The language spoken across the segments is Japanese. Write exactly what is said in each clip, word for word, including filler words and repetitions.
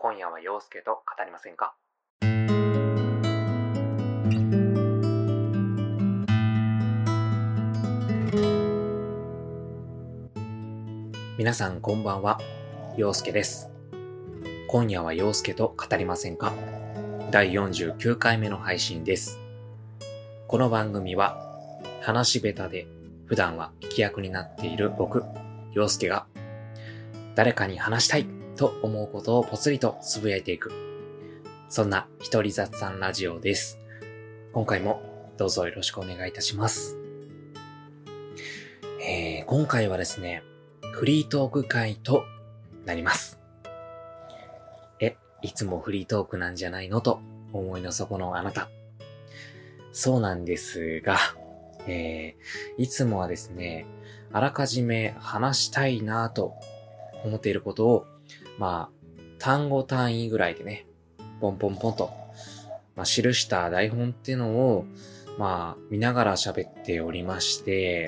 今夜は陽介と語りませんか？皆さんこんばんは、陽介です。今夜は陽介と語りませんか？だいよんじゅうきゅうかいめの配信です。この番組は話し下手で普段は聞き役になっている僕、陽介が誰かに話したいと思うことをぽつりとつぶやいていく、そんな一人雑談ラジオです。今回もどうぞよろしくお願いいたします。えー、今回はですね、フリートーク会となります。え、いつもフリートークなんじゃないのと思いの底のあなた。そうなんですが、えー、いつもはですね、あらかじめ話したいなと思っていることを、まあ、単語単位ぐらいでね、ポンポンポンと、まあ、記した台本っていうのを、まあ、見ながら喋っておりまして、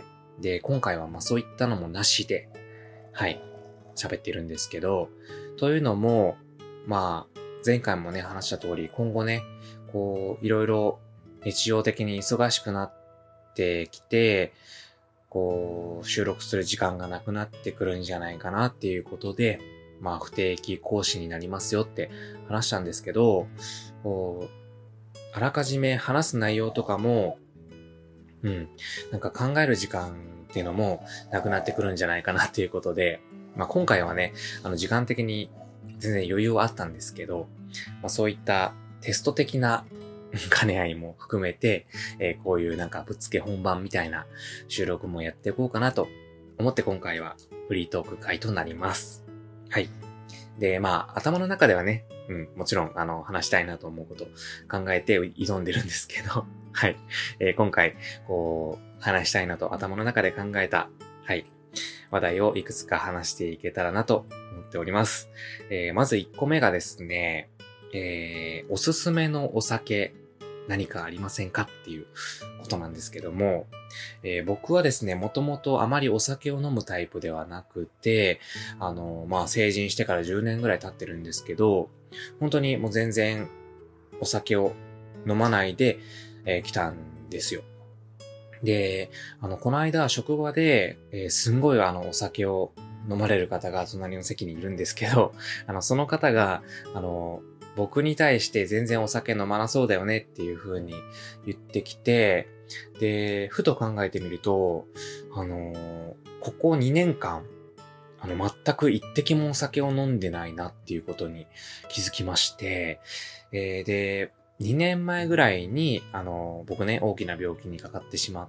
で、今回はまあそういったのもなしで、はい、喋ってるんですけど、というのも、まあ、前回もね、話した通り、今後ね、こう、いろいろ日常的に忙しくなってきて、こう、収録する時間がなくなってくるんじゃないかなっていうことで、まあ、不定期更新になりますよって話したんですけど、こう、あらかじめ話す内容とかも、うん、なんか考える時間っていうのもなくなってくるんじゃないかなっていうことで、まあ今回はね、あの時間的に全然余裕はあったんですけど、まあそういったテスト的な兼ね合いも含めて、えー、こういうなんかぶっつけ本番みたいな収録もやっていこうかなと思って今回はフリートーク会となります。はい。で、まあ頭の中ではね、うん、もちろんあの話したいなと思うこと考えて挑んでるんですけど、はい。えー、今回、こう、話したいなと頭の中で考えた、はい、話題をいくつか話していけたらなと思っております。えー、まずいっこめがですね、えー、おすすめのお酒、何かありませんかっていうことなんですけども、えー、僕はですね、もともとあまりお酒を飲むタイプではなくて、あの、まあ、成人してからじゅうねんぐらい経ってるんですけど、本当にもう全然お酒を飲まないで、えー、来たんですよ。で、あの、この間、職場で、えー、すんごいあの、お酒を飲まれる方が隣の席にいるんですけど、あの、その方が、あの、僕に対して全然お酒飲まなそうだよねっていう風に言ってきて、で、ふと考えてみると、あのー、ここにねんかん、あの、全く一滴もお酒を飲んでないなっていうことに気づきまして、えー、で、にねんまえぐらいに、あの、僕ね、大きな病気にかかってしまって、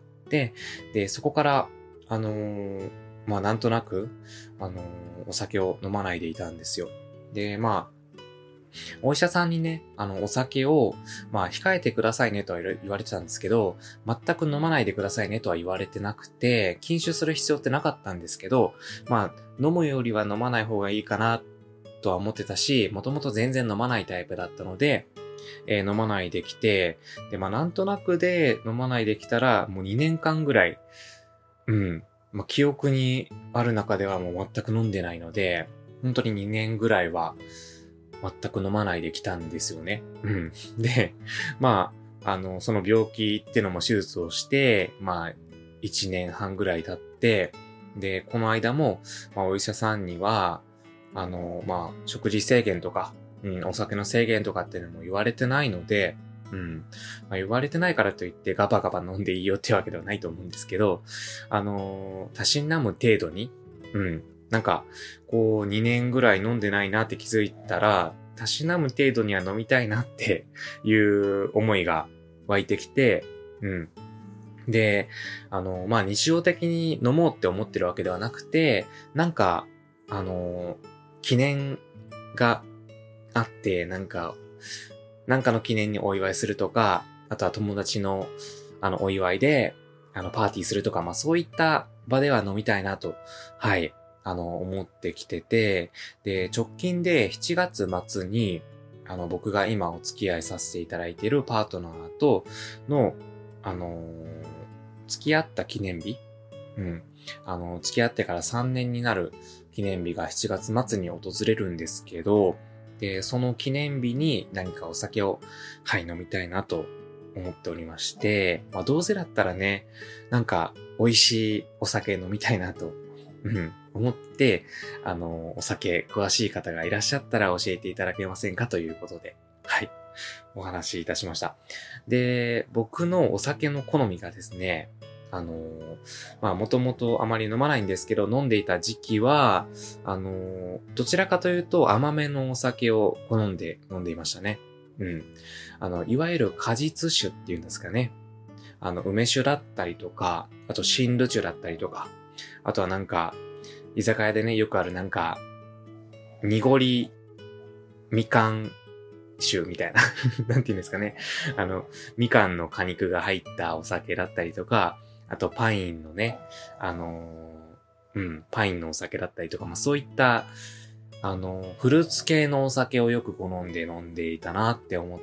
で、そこから、あのー、まあ、なんとなく、あのー、お酒を飲まないでいたんですよ。で、まあ、お医者さんにね、あの、お酒を、まあ、控えてくださいねとは言われてたんですけど、全く飲まないでくださいねとは言われてなくて、禁酒する必要ってなかったんですけど、まあ、飲むよりは飲まない方がいいかな、とは思ってたし、もともと全然飲まないタイプだったので、えー、飲まないできて、で、まあ、なんとなくで飲まないできたら、もうにねんかんぐらい、うん、まあ、記憶にある中ではもう全く飲んでないので、本当ににねんぐらいは、全く飲まないできたんですよね。うん。で、まあ、あの、その病気っていうのも手術をして、まあ、いちねんはんぐらい経って、で、この間も、まあ、お医者さんには、あの、まあ、食事制限とか、うん、お酒の制限とかっていうのも言われてないので、うん。まあ、言われてないからといってガバガバ飲んでいいよってわけではないと思うんですけど、あのー、たしなむ程度に、うん。なんか、こう、にねんぐらい飲んでないなって気づいたら、たしなむ程度には飲みたいなっていう思いが湧いてきて、うん。で、あの、まあ、日常的に飲もうって思ってるわけではなくて、なんか、あの、記念があって、なんか、なんかの記念にお祝いするとか、あとは友達の、あの、お祝いで、あの、パーティーするとか、まあ、そういった場では飲みたいなと、はい、あの、思ってきてて、で、直近でしちがつ末に、あの、僕が今お付き合いさせていただいているパートナーとの、あのー付き合った記念日、うん。あの、付き合ってからさんねんになる記念日がしちがつ末に訪れるんですけど、 で、その記念日に何かお酒を、はい、飲みたいなと思っておりまして、まあ、どうせだったらね、なんか、美味しいお酒飲みたいなと、うん、思って、あの、お酒詳しい方がいらっしゃったら教えていただけませんかということで、はい、お話しいたしました。で、僕のお酒の好みがですね、あのー、まあ、もともとあまり飲まないんですけど、飲んでいた時期は、あのー、どちらかというと甘めのお酒を好んで飲んでいましたね。うん。あの、いわゆる果実酒っていうんですかね。あの、梅酒だったりとか、あと新ル酒だったりとか、あとはなんか、居酒屋でね、よくあるなんか、濁りみかん酒みたいな、なんていうんですかね。あの、みかんの果肉が入ったお酒だったりとか、あとパインのね、あのー、うん、パインのお酒だったりとか、まあそういった、あのー、フルーツ系のお酒をよく好んで飲んでいたなって思って、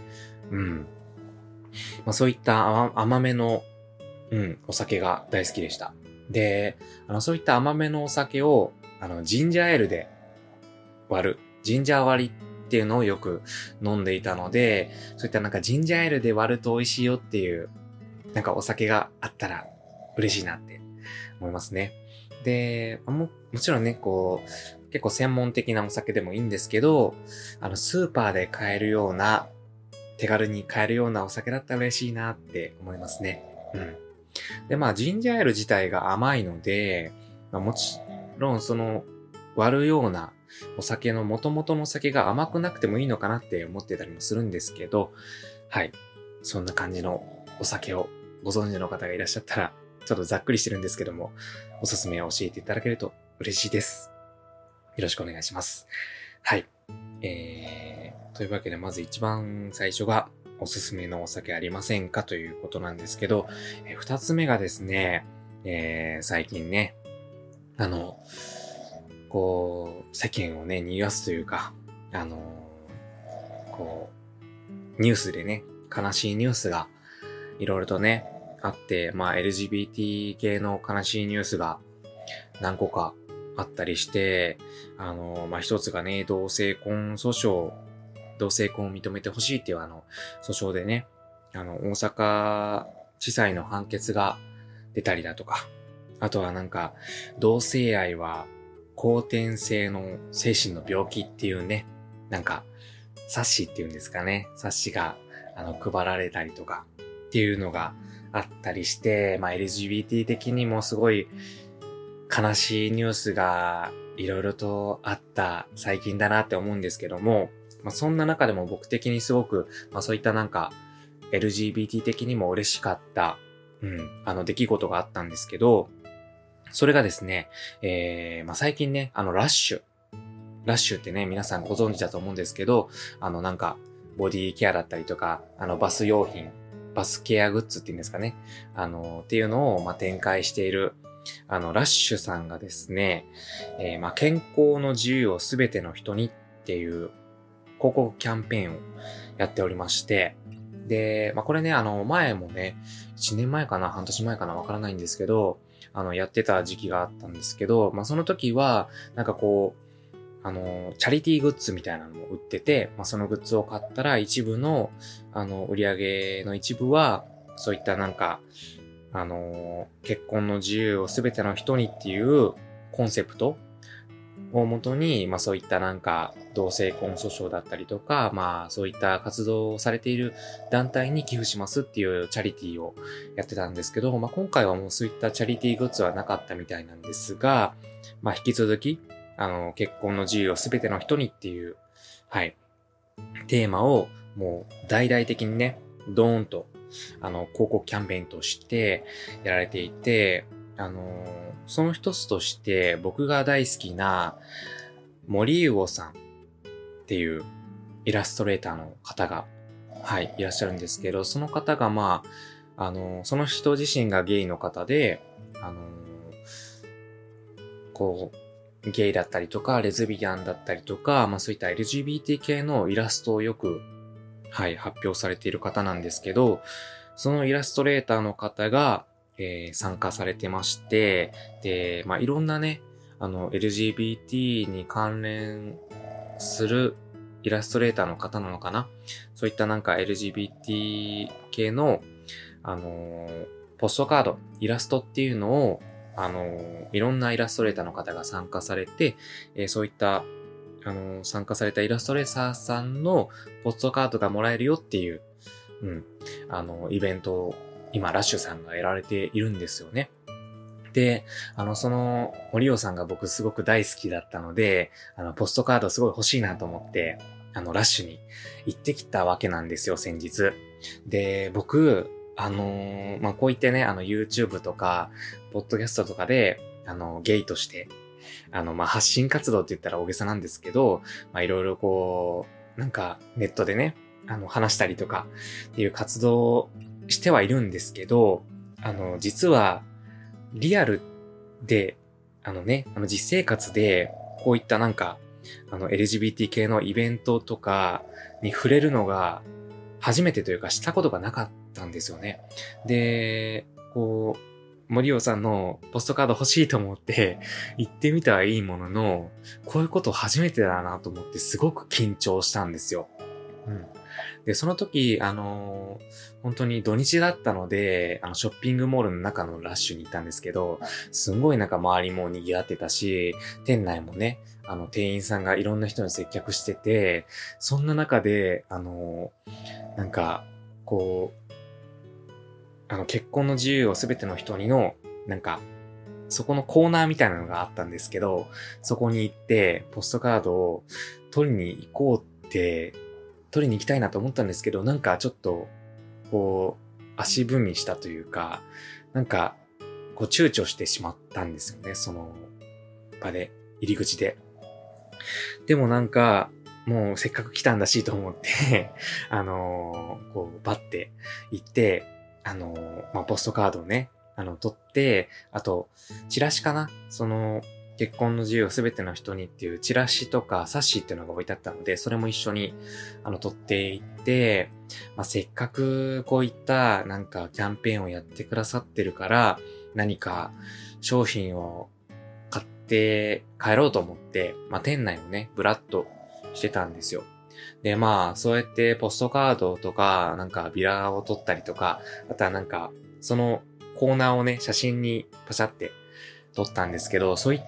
うん。まあそういった甘甘めの、うん、お酒が大好きでした。で、あの、そういった甘めのお酒を、あの、ジンジャーエールで割る。ジンジャー割りっていうのをよく飲んでいたので、そういったなんかジンジャーエールで割ると美味しいよっていう、なんかお酒があったら嬉しいなって思いますね。で、も、もちろんね、こう、結構専門的なお酒でもいいんですけど、あの、スーパーで買えるような、手軽に買えるようなお酒だったら嬉しいなって思いますね。うん。で、まあ、ジンジャーエール自体が甘いので、まあ、もちろんその、割るようなお酒の元々のお酒が甘くなくてもいいのかなって思ってたりもするんですけど、はい。そんな感じのお酒をご存知の方がいらっしゃったら、ちょっとざっくりしてるんですけども、おすすめを教えていただけると嬉しいです。よろしくお願いします。はい。えー、というわけでまず一番最初がおすすめのお酒ありませんかということなんですけど、えー、二つ目がですね、えー、最近ね、あの、こう、世間をね、賑わすというか、あのー、こう、ニュースでね、悲しいニュースがいろいろとね、あって、まあ エルジービーティー 系の悲しいニュースが何個かあったりして、あのー、まあ一つがね、同性婚訴訟、同性婚を認めてほしいっていうあの、訴訟でね、あの、大阪地裁の判決が出たりだとか、あとはなんか、同性愛は後天性の精神の病気っていうね、なんか、冊子っていうんですかね、冊子が、あの、配られたりとかっていうのがあったりして、まあ エルジービーティー 的にもすごい悲しいニュースがいろいろとあった最近だなって思うんですけども、まあそんな中でも僕的にすごく、まあそういったなんか エルジービーティー 的にも嬉しかった、うん、あの出来事があったんですけど、それがですね、えー、まあ最近ね、あのラッシュ、ラッシュってね、皆さんご存知だと思うんですけど、あのなんか、ボディケアだったりとか、あのバス用品、バスケアグッズっていうんですかね。あの、っていうのを、まあ、展開している、あの、ラッシュさんがですね、えー、まあ、健康の自由をすべての人にっていう広告キャンペーンをやっておりまして、で、まあ、これね、あの、前もね、いちねんまえかな、半年前かな、わからないんですけど、あの、やってた時期があったんですけど、まあ、その時は、なんかこう、あの、チャリティーグッズみたいなのも売ってて、まあ、そのグッズを買ったら一部の、あの、売り上げの一部は、そういったなんか、あの、結婚の自由をすべての人にっていうコンセプトをもとに、まあそういったなんか同性婚訴訟だったりとか、まあそういった活動をされている団体に寄付しますっていうチャリティーをやってたんですけど、まあ今回はもうそういったチャリティーグッズはなかったみたいなんですが、まあ引き続き、あの、結婚の自由をすべての人にっていう、はい、テーマをもう大々的にね、ドーンと、あの、広告キャンペーンとしてやられていて、あの、その一つとして僕が大好きな森魚さんっていうイラストレーターの方が、はい、いらっしゃるんですけど、その方がまあ、あの、その人自身がゲイの方で、あの、こう、ゲイだったりとか、レズビアンだったりとか、まあそういった エルジービーティー 系のイラストをよく、はい、発表されている方なんですけど、そのイラストレーターの方が、えー、参加されてまして、で、まあいろんなね、あの、エルジービーティー に関連するイラストレーターの方なのかな、そういったなんか エルジービーティー 系の、あのー、ポストカード、イラストっていうのを、あのー、いろんなイラストレーターの方が参加されて、えー、そういった、あのー、参加されたイラストレーターさんのポストカードがもらえるよっていう、うん、あのー、イベントを今、ラッシュさんがやられているんですよね。で、あの、その、森尾さんが僕すごく大好きだったので、あの、ポストカードすごい欲しいなと思って、あの、ラッシュに行ってきたわけなんですよ、先日。で、僕、あのー、まあ、こう言ってね、あの、YouTube とか、ポッドキャストとかで、あの、ゲイとして、あの、まあ、発信活動って言ったら大げさなんですけど、まあ、いろいろこう、なんか、ネットでね、あの、話したりとか、っていう活動をしてはいるんですけど、あの、実は、リアルで、あのね、あの実生活で、こういったなんか、あの エルジービーティー 系のイベントとかに触れるのが初めてというかしたことがなかったんですよね。で、こう、森尾さんのポストカード欲しいと思って行ってみたはいいものの、こういうこと初めてだなと思ってすごく緊張したんですよ。うん。で、その時、あのー本当に土日だったので、あの、ショッピングモールの中のラッシュに行ったんですけど、すんごいなんか周りも賑わってたし、店内もね、あの、店員さんがいろんな人に接客してて、そんな中で、あのーなんか、こう、あの、結婚の自由をすべての人にの、なんか、そこのコーナーみたいなのがあったんですけど、そこに行って、ポストカードを取りに行こうって、取りに行きたいなと思ったんですけど、なんかちょっと、こう、足踏みしたというか、なんか、こう躊躇してしまったんですよね、その場で、入り口で。でもなんか、もうせっかく来たんだしと思ってあのー、こう、バッて行って、あのー、まあ、ポストカードをね、あの、取って、あと、チラシかなその、結婚の自由をすべての人にっていうチラシとか冊子っていうのが置いてあったので、それも一緒に、あの、取っていって、まあ、せっかくこういったなんかキャンペーンをやってくださってるから、何か商品を買って帰ろうと思って、まあ、店内をね、ブラッとしてたんですよ。で、まあ、そうやってポストカードとか、なんかビラを撮ったりとか、あとはなんか、そのコーナーをね、写真にパシャって撮ったんですけど、そういった、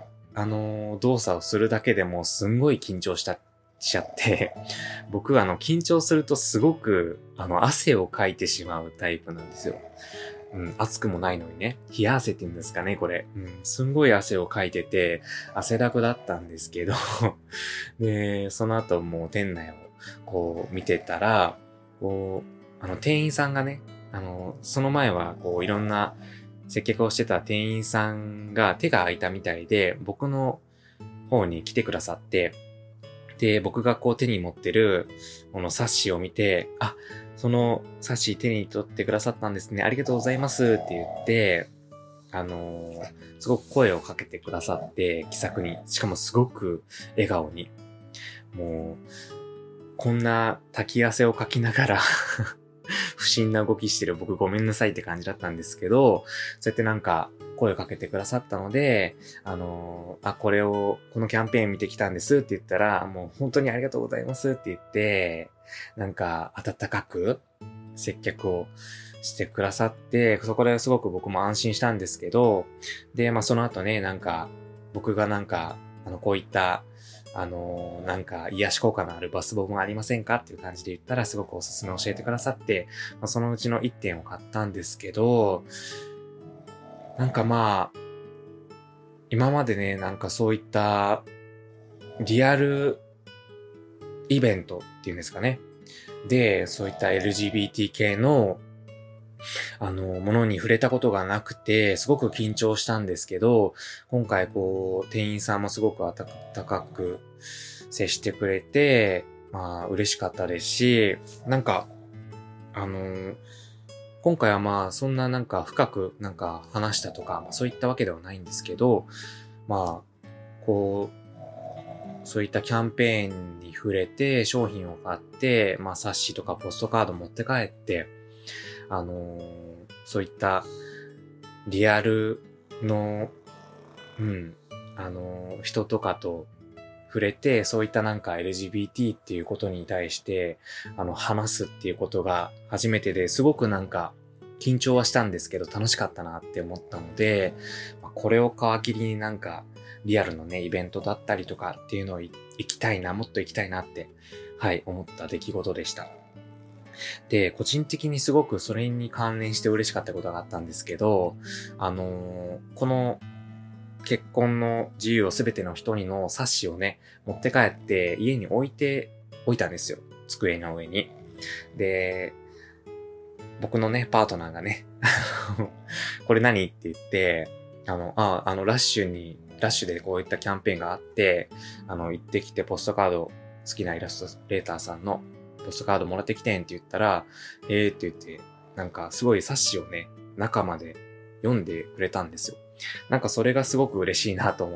あのー動作をするだけでもすんごい緊張した、しちゃって、僕はあの、緊張するとすごく、あの、汗をかいてしまうタイプなんですよ。うん、暑くもないのにね。冷や汗って言うんですかね、これ。うん、すんごい汗をかいてて、汗だくだったんですけど、で、その後もう店内をこう見てたら、こう、あの、店員さんがね、あの、その前はこう、いろんな接客をしてた店員さんが手が空いたみたいで、僕の方に来てくださって、で、僕がこう手に持ってる、この冊子を見て、あ、その冊子手に取ってくださったんですね。ありがとうございますって言って、あのーすごく声をかけてくださって、気さくに。しかもすごく笑顔に。もう、こんな滝汗をかきながら不審な動きしてる僕ごめんなさいって感じだったんですけど、そうやってなんか声をかけてくださったので、あのーあ、これを、このキャンペーン見てきたんですって言ったら、もう本当にありがとうございますって言って、なんか温かく接客をしてくださって、そこですごく僕も安心したんですけど、で、まあその後ね、なんか、僕がなんか、あの、こういった、あのーなんか、癒し効果のあるバスボムありませんかっていう感じで言ったら、すごくおすすめ教えてくださって、まあ、そのうちのいってんを買ったんですけど、なんかまあ、今までね、なんかそういった、リアルイベントっていうんですかね。で、そういった エルジービーティー 系のあの、ものに触れたことがなくて、すごく緊張したんですけど、今回こう、店員さんもすごく温かく接してくれて、まあ、嬉しかったですし、なんか、あの、今回はまあ、そんななんか深くなんか話したとか、そういったわけではないんですけど、まあ、こう、そういったキャンペーンに触れて、商品を買って、まあ、冊子とかポストカード持って帰って、あのーそういったリアルの、うん、あのー人とかと触れて、そういったなんか エルジービーティー っていうことに対して、あの、話すっていうことが初めてですごくなんか、緊張はしたんですけど楽しかったなって思ったので、これを皮切りになんか、リアルのね、イベントだったりとかっていうのを行きたいな、もっと行きたいなって、はい、思った出来事でした。で、個人的にすごくそれに関連して嬉しかったことがあったんですけど、あのー、この結婚の自由をすべての人にの冊子をね、持って帰って家に置いておいたんですよ。机の上に。で、僕のね、パートナーがね、これ何って言って、あの、あ、あの、ラッシュに、ラッシュでこういったキャンペーンがあって、あの、行ってきてポストカード、好きなイラストレーターさんのポストカードもらってきてんって言ったら、えーって言って、なんかすごい冊子をね、中まで読んでくれたんですよ。なんかそれがすごく嬉しいなと思って、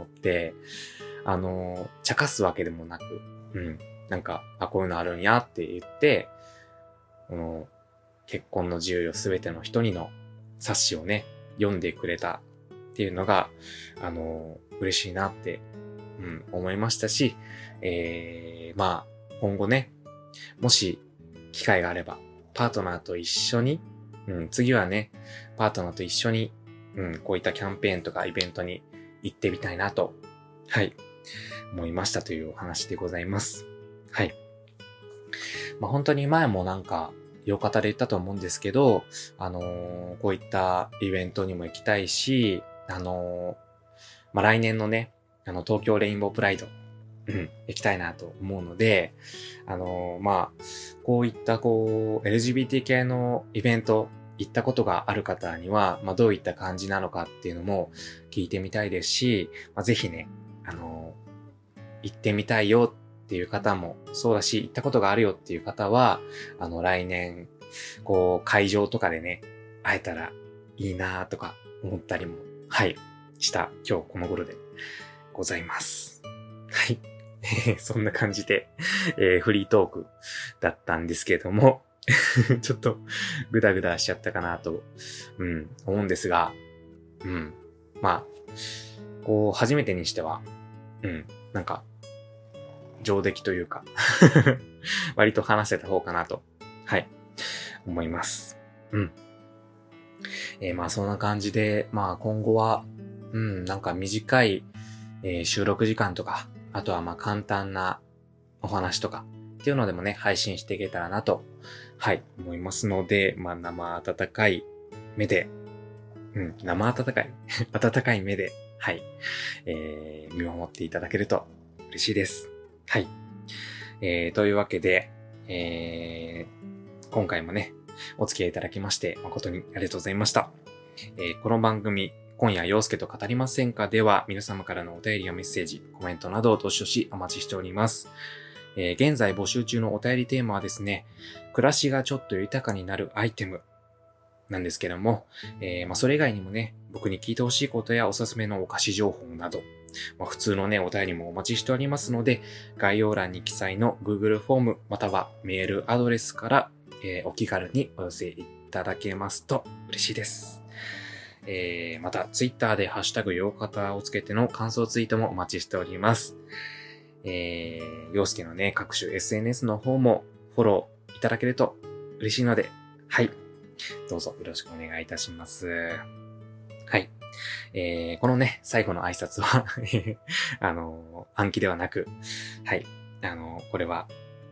あの、茶化すわけでもなく、うん、なんか、あ、こういうのあるんやって言って、この、結婚の自由をすべての人にの冊子をね、読んでくれたっていうのが、あの、嬉しいなって、うん、思いましたし、えー、まあ、今後ね、もし、機会があれば、パートナーと一緒に、うん、次はね、パートナーと一緒に、うん、こういったキャンペーンとかイベントに行ってみたいなと、はい、思いましたというお話でございます。はい。まあ本当に前もなんか、洋方で言ったと思うんですけど、あのー、こういったイベントにも行きたいし、あのー、まあ来年のね、あの、東京レインボープライド、うん、行きたいなと思うので、あのー、まあ、こういったこう、エルジービーティー 系のイベント、行ったことがある方には、まあ、どういった感じなのかっていうのも聞いてみたいですし、まあ、ぜひね、あのー、行ってみたいよっていう方もそうだし、行ったことがあるよっていう方は、あの、来年、こう、会場とかでね、会えたらいいなとか思ったりも、はい、した今日この頃でございます。はい。そんな感じで、えー、フリートークだったんですけれども、ちょっとグダグダしちゃったかなと、うん、思うんですが、うん。まあ、こう、初めてにしては、うん、なんか、上出来というか、割と話せた方かなと、はい、思います。うん。えー、まあ、そんな感じで、まあ、今後は、うん、なんか短い、えー、収録時間とか、あとはまあ簡単なお話とかっていうのでもね、配信していけたらなと、はい、思いますので、まあ生温かい目で、うん、生温かい、温かい目で、はい、えー、見守っていただけると嬉しいです。はい。えー、というわけで、えー、今回もね、お付き合いいただきまして誠にありがとうございました。えー、この番組、今夜陽介と語りませんかでは皆様からのお便りやメッセージ、コメントなどをどしどしお待ちしております。えー、現在募集中のお便りテーマはですね、暮らしがちょっと豊かになるアイテムなんですけども、えー、まあそれ以外にもね、僕に聞いてほしいことやおすすめのお菓子情報など、まあ、普通のね、お便りもお待ちしておりますので、概要欄に記載の Google フォームまたはメールアドレスから、えー、お気軽にお寄せいただけますと嬉しいです。えー、また、ツイッターでハッシュタグようかたをつけての感想ツイートもお待ちしております。えー、陽介のね、各種 エスエヌエス の方もフォローいただけると嬉しいので、はい。どうぞよろしくお願いいたします。はい。えー、このね、最後の挨拶は、あのー、暗記ではなく、はい。あのー、これは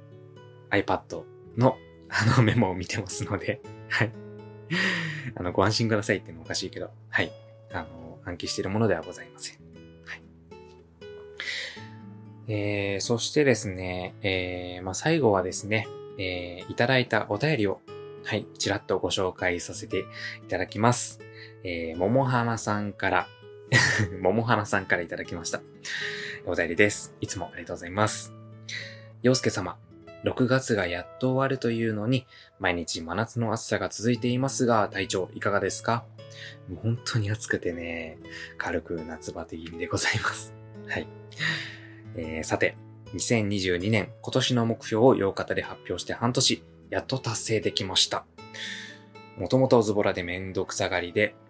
iPad のあのメモを見てますので、はい。あの、ご安心くださいっていうのもおかしいけど、はい。あの、暗記しているものではございません。はい。えー、そしてですね、えー、まあ、最後はですね、えー、いただいたお便りを、はい、ちらっとご紹介させていただきます。えー、ももはなさんから、ももはなさんからいただきました。お便りです。いつもありがとうございます。陽介様、ろくがつがやっと終わるというのに、毎日真夏の暑さが続いていますが、体調いかがですか？もう本当に暑くてね、軽く夏バテ気味でございます。はい。えー、さて、にせんにじゅうにねん今年の目標をようかたで発表して半年、やっと達成できました。もともとズボラでめんどくさがりで、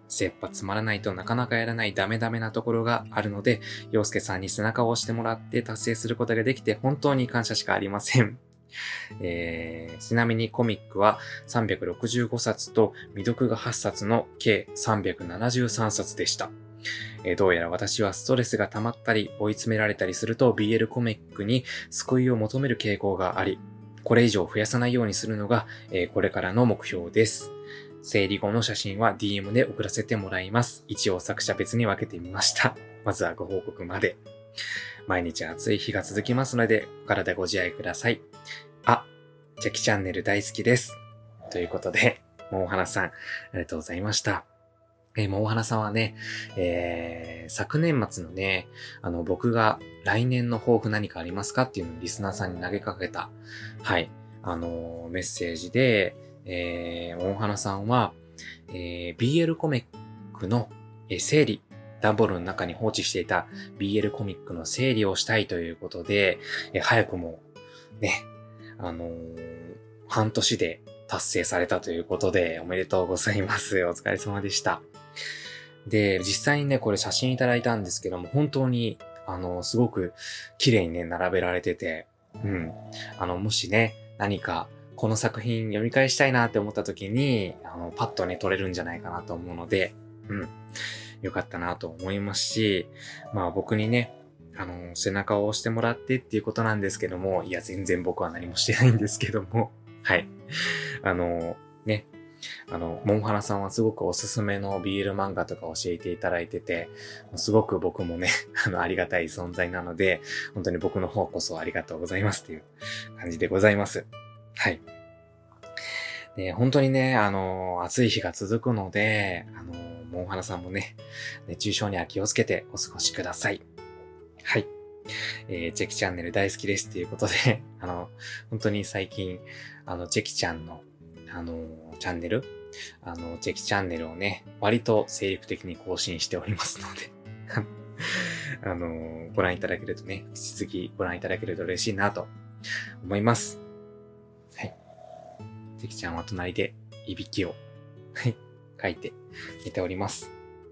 切羽詰まらないとなかなかやらないダメダメなところがあるので、陽介さんに背中を押してもらって達成することができて本当に感謝しかありません。えー、ちなみにコミックはさんびゃくろくじゅうごさつと未読がはっさつの計さんびゃくななじゅうさんさつでした。えー、どうやら私はストレスが溜まったり追い詰められたりすると ビーエル コミックに救いを求める傾向があり、これ以上増やさないようにするのが、えー、これからの目標です。整理後の写真は ディーエム で送らせてもらいます。一応作者別に分けてみました。まずはご報告まで。毎日暑い日が続きますので、お体ご自愛ください。あ、チェキチャンネル大好きです。ということで、もう花さん、ありがとうございました。えー、もう花さんはね、えー、昨年末のね、あの、僕が来年の抱負何かありますかっていうのをリスナーさんに投げかけた、はい、あのー、メッセージで、えー、もう花さんは、えー、ビーエル コミックの、えー、整理、段ボールの中に放置していた ビーエル コミックの整理をしたいということで、えー、早くも、ね、あのー、半年で達成されたということで、おめでとうございます。お疲れ様でした。で、実際にね、これ写真いただいたんですけども、本当に、あのー、すごく綺麗にね、並べられてて、うん。あの、もしね、何か、この作品読み返したいなって思った時に、あの、パッとね、撮れるんじゃないかなと思うので、うん。よかったなと思いますし、まあ僕にね、あの、背中を押してもらってっていうことなんですけども、いや、全然僕は何もしてないんですけども、はい。あの、ね、あの、モンハナさんはすごくおすすめの ビーエル 漫画とか教えていただいてて、すごく僕もね、あの、ありがたい存在なので、本当に僕の方こそありがとうございますっていう感じでございます。はい。で、本当にね、あの、暑い日が続くので、あの、モンハナさんもね、熱中症には気をつけてお過ごしください。はい。えー、チェキチャンネル大好きですっていうことで、あの、本当に最近、あの、チェキちゃんの、あの、チャンネル、あの、チェキチャンネルをね、割と精力的に更新しておりますので、あの、ご覧いただけるとね、引き続きご覧いただけると嬉しいなと思います。はい。チェキちゃんは隣でいびきを、はい、書いて寝ております。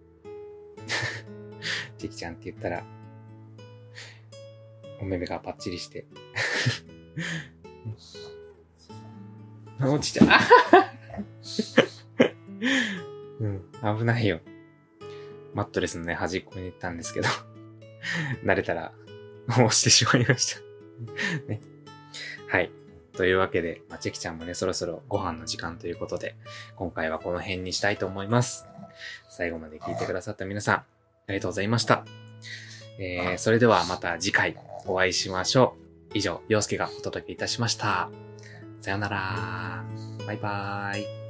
チェキちゃんって言ったら、お目目がパッチリして。落ちちゃう。うん、危ないよ。マットレスのね、端っこに行ったんですけど、慣れたら、押してしまいました。ね。はい。というわけで、まあ、チェキちゃんもね、そろそろご飯の時間ということで、今回はこの辺にしたいと思います。最後まで聞いてくださった皆さん、ありがとうございました。えー、それではまた次回お会いしましょう。以上、陽介がお届けいたしました。さよなら。バイバーイ。